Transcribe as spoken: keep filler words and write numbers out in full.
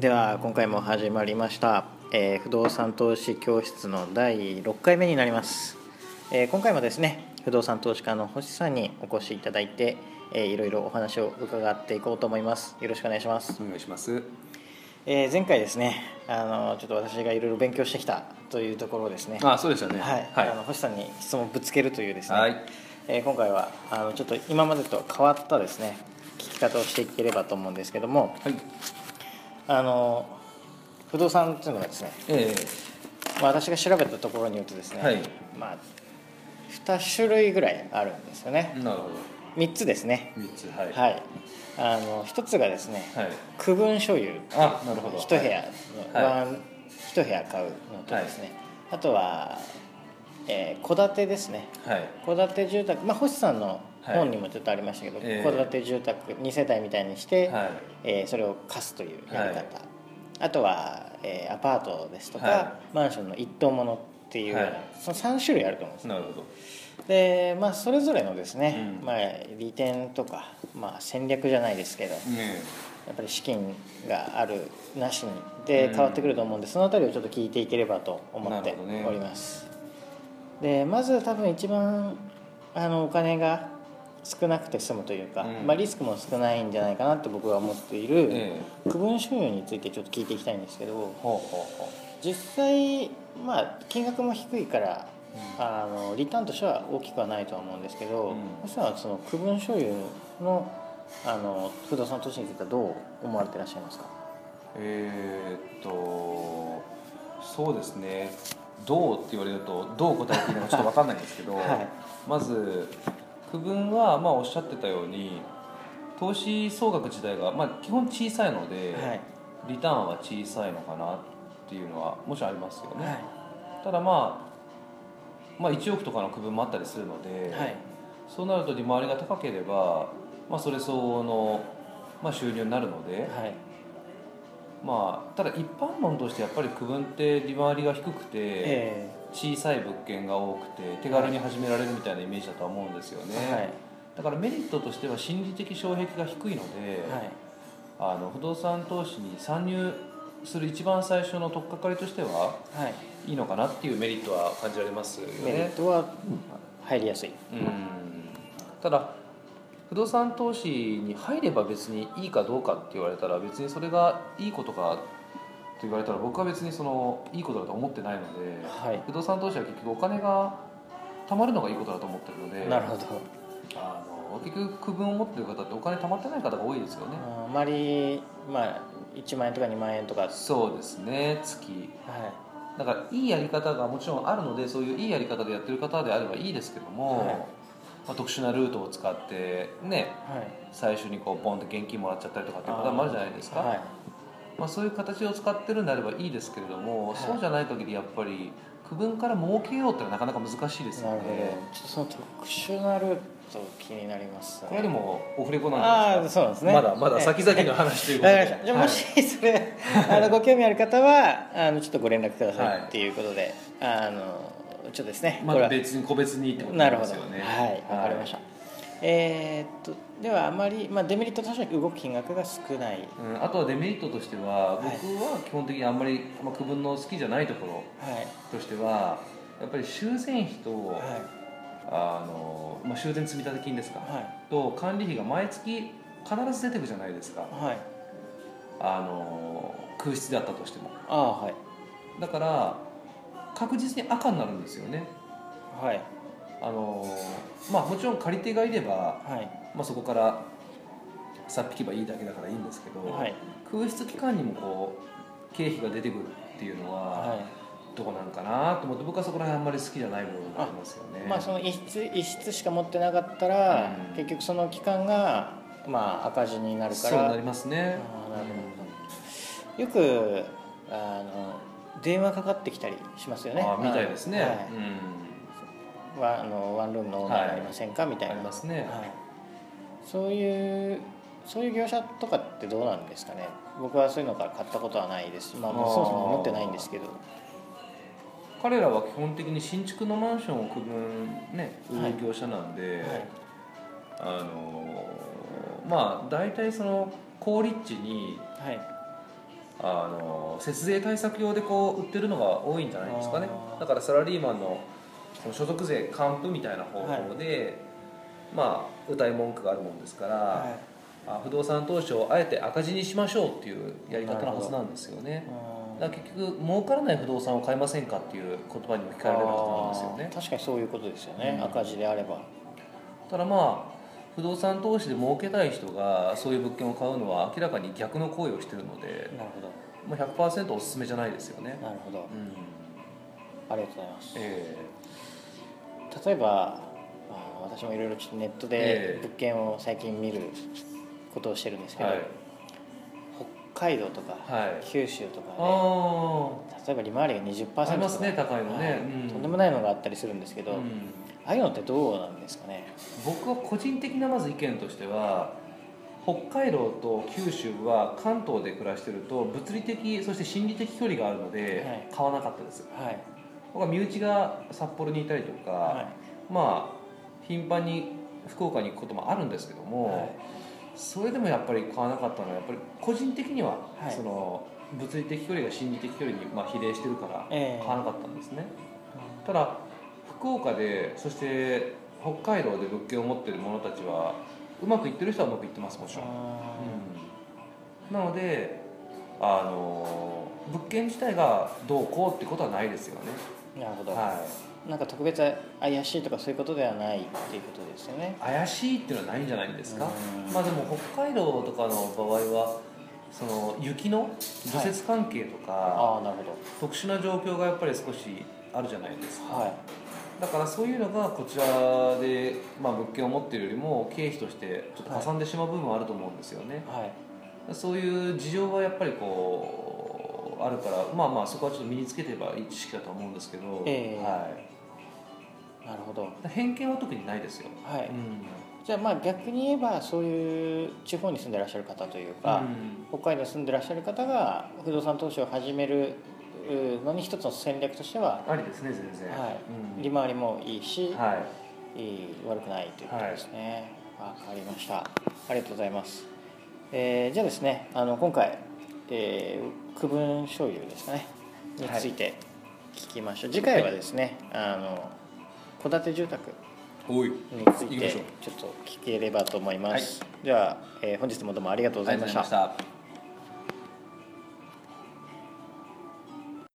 では今回も始まりました、えー、不動産投資教室のだいろっかいめになります、えー、今回もですね不動産投資家の星さんにお越しいただいて、えー、いろいろお話を伺っていこうと思います。よろしくお願いします。 お願いします。 えー、前回ですねあのちょっと私がいろいろ勉強してきたというところですね。 あ、そうでしたね。 はい、はい、あの星さんに質問をぶつけるというですね、 はい、 えー、今回はあのちょっと今までと変わったですね聞き方をしていければと思うんですけども、 はい、 あの不動産というのはですね、 えーまあ、私が調べたところによるとですね、 はい、 まあ、に種類ぐらいあるんですよね。 なるほど。 みっつですね。 みっつ、はい、 はい、あのひとつがですね、 はい、 区分所有、 あ、なるほど。 一部屋の、 はい、 ワン一部屋買うのとですね、はい、あとはえー、戸建てですね。 はい、 戸建て住宅、まあ、星さんの本にもちょっとありましたけど、はい、えー、戸建て住宅に世帯みたいにして、はい、えー、それを貸すというやり方、はい、あとは、えー、アパートですとか、はい、マンションの一棟ものっていう、はい、そのさん種類あると思うんです。 なるほど。 で、まあ、それぞれのですね、うん、まあ、利点とか、まあ、戦略じゃないですけど、うん、やっぱり資金があるなしにで変わってくると思うんで、そのあたりをちょっと聞いていければと思っております。でまず多分一番あのお金が少なくて済むというか、うん、まあ、リスクも少ないんじゃないかなと僕は思っている、ええ、区分所有についてちょっと聞いていきたいんですけど、ほうほうほう、実際、まあ、金額も低いから、うん、あのリターンとしては大きくはないとは思うんですけど、そしたらその区分所有 の, あの不動産投資についてはどう思われていらっしゃいますか？ えー、っとそうですね、どうって言われるとどう答えていいのかちょっと分かんないんですけど、はい、まず区分はまあおっしゃってたように投資総額自体がまあ基本小さいので、はい、リターンは小さいのかなっていうのはもちろんありますよね、はい、ただ、まあ、まあいちおくとかの区分もあったりするので、はい、そうなると利回りが高ければ、まあ、それ相応の、まあ、収入になるので、はい、まあ、ただ一般論としてやっぱり区分って利回りが低くて、えー、小さい物件が多くて手軽に始められるみたいなイメージだとは思うんですよね、はい、だからメリットとしては心理的障壁が低いので、はい、あの不動産投資に参入する一番最初の取っかかりとしては、はい、いいのかなっていうメリットは感じられますよね。 メリットは入りやすい。うん、 ただ不動産投資に入れば別にいいかどうかって言われたら別にそれがいいことかと言われたら僕は別にそのいいことだと思ってないので、はい、不動産投資は結局お金が貯まるのがいいことだと思ってるので、 なるほど、 あの結局区分を持っている方ってお金貯まってない方が多いですよね。 あまり、まあ、いちまん円とかにまん円とか。 そうですね、月、はい、だからいいやり方がもちろんあるのでそういういいやり方でやってる方であればいいですけども、はい、まあ、特殊なルートを使ってね、はい、最初にこうポンと現金もらっちゃったりとかっていうパターンもあるじゃないですか、はい、まあ、そういう形を使ってるんであればいいですけれども、はい、そうじゃない限りやっぱり区分から儲けようってのはなかなか難しいですよね。 なるほど、ちょっとその特殊なルート気になりますね。 これでもオフレコなんですか？ あ、そうですね、 まだまだ先々の話ということで、 じゃあもしそれ、はい、あのご興味ある方はあのちょっとご連絡くださいっていうことで、はい、あのちょっとですね、 まあ、別に個別にってことなんですよね。 なるほど、はい、わかりました、はい、えー、っとではあまり、まあ、デメリットとしては動く金額が少ない、 うん、あとはデメリットとしては僕は基本的にあんまり、まあ、区分の好きじゃないところとしては、やっぱり修繕費と、はい、あのまあ、修繕積立金ですか、はい、と管理費が毎月必ず出てくるじゃないですか、はい、あの空室であったとしても、 あ、はい、 だから確実に赤になるんですよね、はい、あのまあ、もちろん借り手がいれば、はい、まあ、そこからさっ引けばいいだけだからいいんですけど、はい、空室期間にもこう経費が出てくるっていうのは、はい、どうなんかなと思って、僕はそこら辺あんまり好きじゃない部分がありますよね。 まあ、その一室一室しか持ってなかったら、うん、結局その期間が、まあ、赤字になるから。 そうなりますね。 あ、なるほど、うん、よくあの電話かかってきたりしますよね。 あ、みたいですね、はい、 うん、ワ, あのワンルームのオーナーありませんか、はい、みたいな。 ありますね、はい、 そういうそういう業者とかってどうなんですかね。僕はそういうのから買ったことはないですし、まあ、そもそも持ってないんですけど、 彼らは基本的に新築のマンションを区分ね売る業者なんで、はいはい、あのまあ大体その高立地にあの節税対策用でこう売ってるのが多いんじゃないですかね。だからサラリーマンのその所得税還付みたいな方法で、はい、まあ謳い文句があるもんですから、はい、あ不動産投資をあえて赤字にしましょうっていうやり方のはずなんですよね。だから結局儲からない不動産を買いませんかっていう言葉にも聞かれるはずなんですよね。 確かにそういうことですよね、うん、赤字であれば。 ただまあ不動産投資で儲けたい人がそういう物件を買うのは明らかに逆の行為をしているので、 なるほど、 まあ、ひゃくパーセント おすすめじゃないですよね。 なるほど、うん、ありがとうございます、えー、例えばあ私もいろいろちょっとネットで物件を最近見ることをしてるんですけど、はい、北海道とか、はい、九州とかで、例えば利回りが にじゅっパーセント とかありますね、高いのね、はいうん、とんでもないのがあったりするんですけど、うん、ああいうのってどうなんですかね。 僕は個人的なまず意見としては、北海道と九州は関東で暮らしてると物理的そして心理的距離があるので買わなかったです、はい、僕は身内が札幌にいたりとか、はい、まあ頻繁に福岡に行くこともあるんですけども、はい、それでもやっぱり買わなかったのはやっぱり個人的には、はい、その物理的距離が心理的距離にまあ比例してるから買わなかったんですね、えー、ただ福岡でそして北海道で物件を持っている者たちはうまくいってる人はうまくいってます、もちろん、うん、なのであの物件自体がどうこうってことはないですよね。 なるほど、はい、なんか特別怪しいとかそういうことではないっていうことですよね。 怪しいっていうのはないんじゃないんですか。まあでも北海道とかの場合はその雪の除雪関係とか、はい、あ、なるほど、特殊な状況がやっぱり少しあるじゃないですか、はい、だからそういうのがこちらで、まあ、物件を持っているよりも経費としてちょっとかさんでしまう部分はあると思うんですよね、はい、そういう事情はやっぱりこうあるから、まあまあそこはちょっと身につけてればいい知識だと思うんですけど、えーはい、 なるほど。 偏見は特にないですよ、はい、うん、 じゃあまあ逆に言えばそういう地方に住んでらっしゃる方というか、うん、北海道に住んでらっしゃる方が不動産投資を始めるのに一つの戦略としてはありですね、全然、はい、 うん、利回りもいいし、はい、いい悪くないということですね。わ、はい、かりました。ありがとうございます。えー、じゃあですね、あの今回、えー、区分所有ですかねについて聞きましょう、はい、次回はですね、あの戸建て住宅についてちょっと聞ければと思います。はい、では、えー、本日もどうもありがとうございました。